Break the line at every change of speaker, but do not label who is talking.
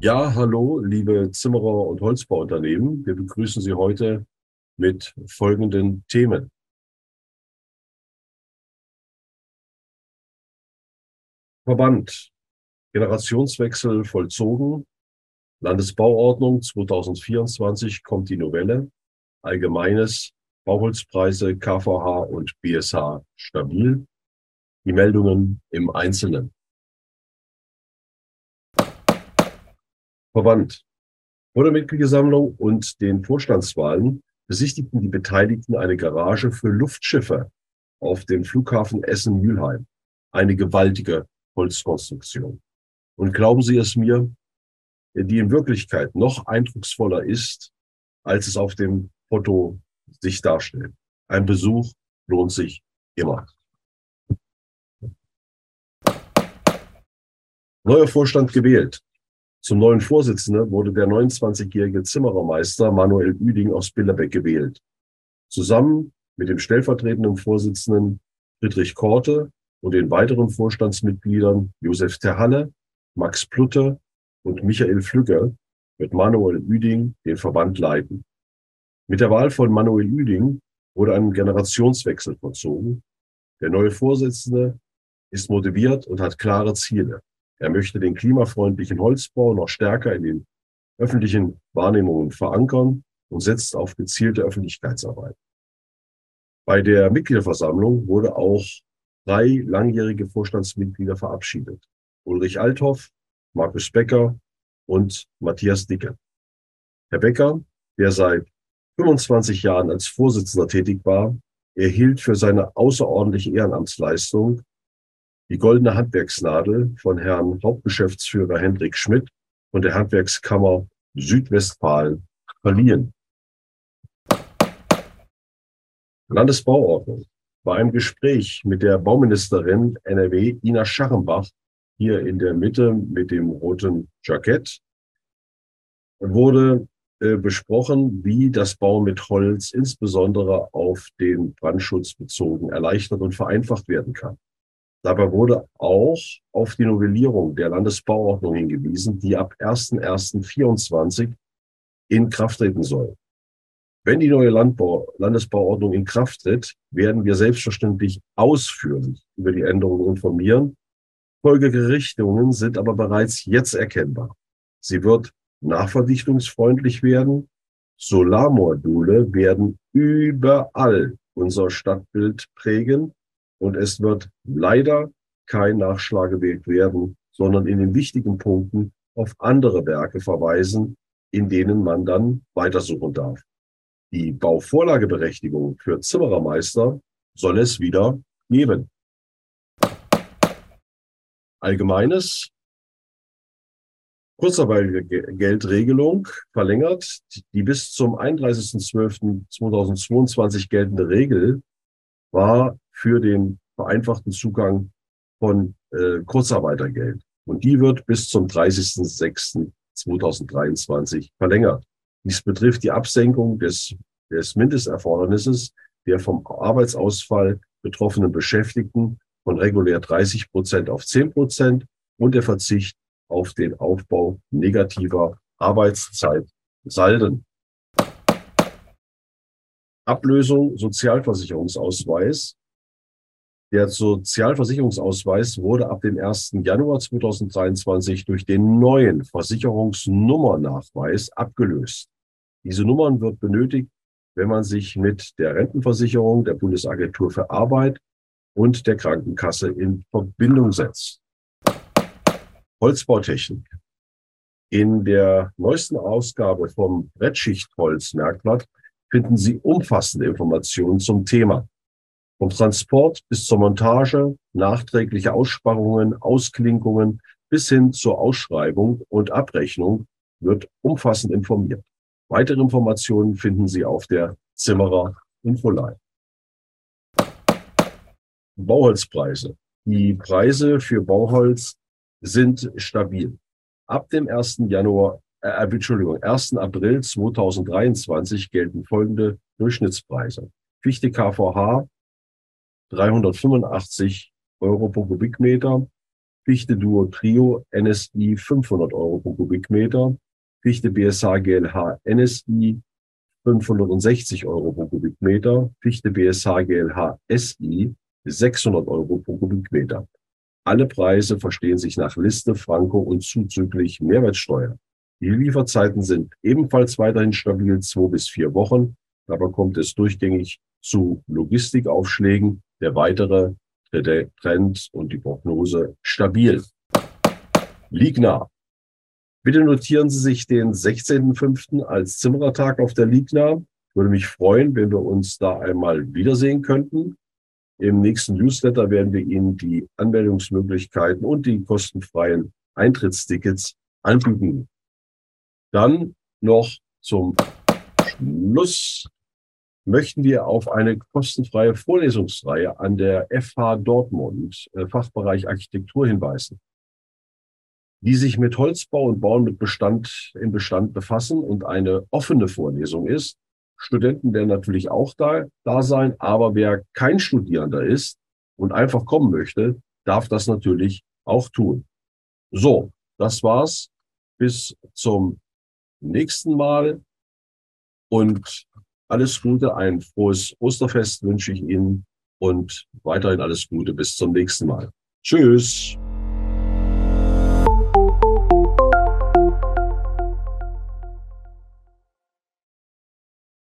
Ja, hallo, liebe Zimmerer- und Holzbauunternehmen. Wir begrüßen Sie heute mit folgenden Themen. Verband, Generationswechsel vollzogen, Landesbauordnung 2024 kommt die Novelle, Allgemeines, Bauholzpreise, KVH und BSH stabil. Die Meldungen im Einzelnen. Verband, vor der Mitgliederversammlung und den Vorstandswahlen besichtigten die Beteiligten eine Garage für Luftschiffe auf dem Flughafen Essen-Mülheim. Eine gewaltige Holzkonstruktion. Und glauben Sie es mir, die in Wirklichkeit noch eindrucksvoller ist, als es auf dem Foto sich darstellt. Ein Besuch lohnt sich immer. Neuer Vorstand gewählt. Zum neuen Vorsitzenden wurde der 29-jährige Zimmerermeister Manuel Ueding aus Billerbeck gewählt. Zusammen mit dem stellvertretenden Vorsitzenden Friedrich Korte und den weiteren Vorstandsmitgliedern Josef Terhalle, Max Plutte und Michael Flügge wird Manuel Ueding den Verband leiten. Mit der Wahl von Manuel Ueding wurde ein Generationswechsel vollzogen. Der neue Vorsitzende ist motiviert und hat klare Ziele. Er möchte den klimafreundlichen Holzbau noch stärker in den öffentlichen Wahrnehmungen verankern und setzt auf gezielte Öffentlichkeitsarbeit. Bei der Mitgliederversammlung wurde auch 3 langjährige Vorstandsmitglieder verabschiedet. Ulrich Althoff, Markus Becker und Matthias Dicke. Herr Becker, der seit 25 Jahren als Vorsitzender tätig war, erhielt für seine außerordentliche Ehrenamtsleistung die Goldene Handwerksnadel von Herrn Hauptgeschäftsführer Hendrik Schmidt von der Handwerkskammer Südwestfalen verliehen. Landesbauordnung. Bei einem Gespräch mit der Bauministerin NRW, Ina Scharrenbach, hier in der Mitte mit dem roten Jackett, wurde besprochen, wie das Bauen mit Holz insbesondere auf den Brandschutz bezogen erleichtert und vereinfacht werden kann. Dabei wurde auch auf die Novellierung der Landesbauordnung hingewiesen, die ab 01.01.2024 in Kraft treten soll. Wenn die neue Landesbauordnung in Kraft tritt, werden wir selbstverständlich ausführlich über die Änderungen informieren. Folgerichtungen sind aber bereits jetzt erkennbar. Sie wird nachverdichtungsfreundlich werden. Solarmodule werden überall unser Stadtbild prägen und es wird leider kein Nachschlagewerk werden, sondern in den wichtigen Punkten auf andere Werke verweisen, in denen man dann weitersuchen darf. Die Bauvorlageberechtigung für Zimmerermeister soll es wieder geben. Allgemeines, Kurzarbeitergeldregelung verlängert. Die bis zum 31.12.2022 geltende Regel war für den vereinfachten Zugang von Kurzarbeitergeld. Und die wird bis zum 30.06.2023 verlängert. Dies betrifft die Absenkung des Mindesterfordernisses der vom Arbeitsausfall betroffenen Beschäftigten von regulär 30% auf 10% und der Verzicht auf den Aufbau negativer Arbeitszeitsalden. Ablösung Sozialversicherungsausweis. Der Sozialversicherungsausweis wurde ab dem 1. Januar 2023 durch den neuen Versicherungsnummernachweis abgelöst. Diese Nummern wird benötigt, wenn man sich mit der Rentenversicherung, der Bundesagentur für Arbeit und der Krankenkasse in Verbindung setzt. Holzbautechnik. In der neuesten Ausgabe vom Brettschichtholz-Merkblatt finden Sie umfassende Informationen zum Thema. Vom Transport bis zur Montage, nachträgliche Aussparungen, Ausklinkungen bis hin zur Ausschreibung und Abrechnung wird umfassend informiert. Weitere Informationen finden Sie auf der Zimmerer Infoline. Bauholzpreise. Die Preise für Bauholz sind stabil. Ab dem 1. April 2023 gelten folgende Durchschnittspreise. Fichte KVH 385 Euro pro Kubikmeter, Fichte Duo Trio NSI 500 Euro pro Kubikmeter, Fichte BSH GLH NSI 560 Euro pro Kubikmeter, Fichte BSH GLH SI 600 Euro pro Kubikmeter. Alle Preise verstehen sich nach Liste, Franko und zuzüglich Mehrwertsteuer. Die Lieferzeiten sind ebenfalls weiterhin stabil, 2 bis 4 Wochen. Dabei kommt es durchgängig zu Logistikaufschlägen. Der weitere Trend und die Prognose stabil. Ligna. Bitte notieren Sie sich den 16.05. als Zimmerertag auf der Ligna. Würde mich freuen, wenn wir uns da einmal wiedersehen könnten. Im nächsten Newsletter werden wir Ihnen die Anmeldungsmöglichkeiten und die kostenfreien Eintrittstickets anbieten. Dann noch zum Schluss möchten wir auf eine kostenfreie Vorlesungsreihe an der FH Dortmund, Fachbereich Architektur, hinweisen, die sich mit Holzbau und Bauen mit im Bestand befassen und eine offene Vorlesung ist. Studenten werden natürlich auch da sein, aber wer kein Studierender ist und einfach kommen möchte, darf das natürlich auch tun. So, das war's. Bis zum nächsten Mal und alles Gute, ein frohes Osterfest wünsche ich Ihnen und weiterhin alles Gute bis zum nächsten Mal. Tschüss.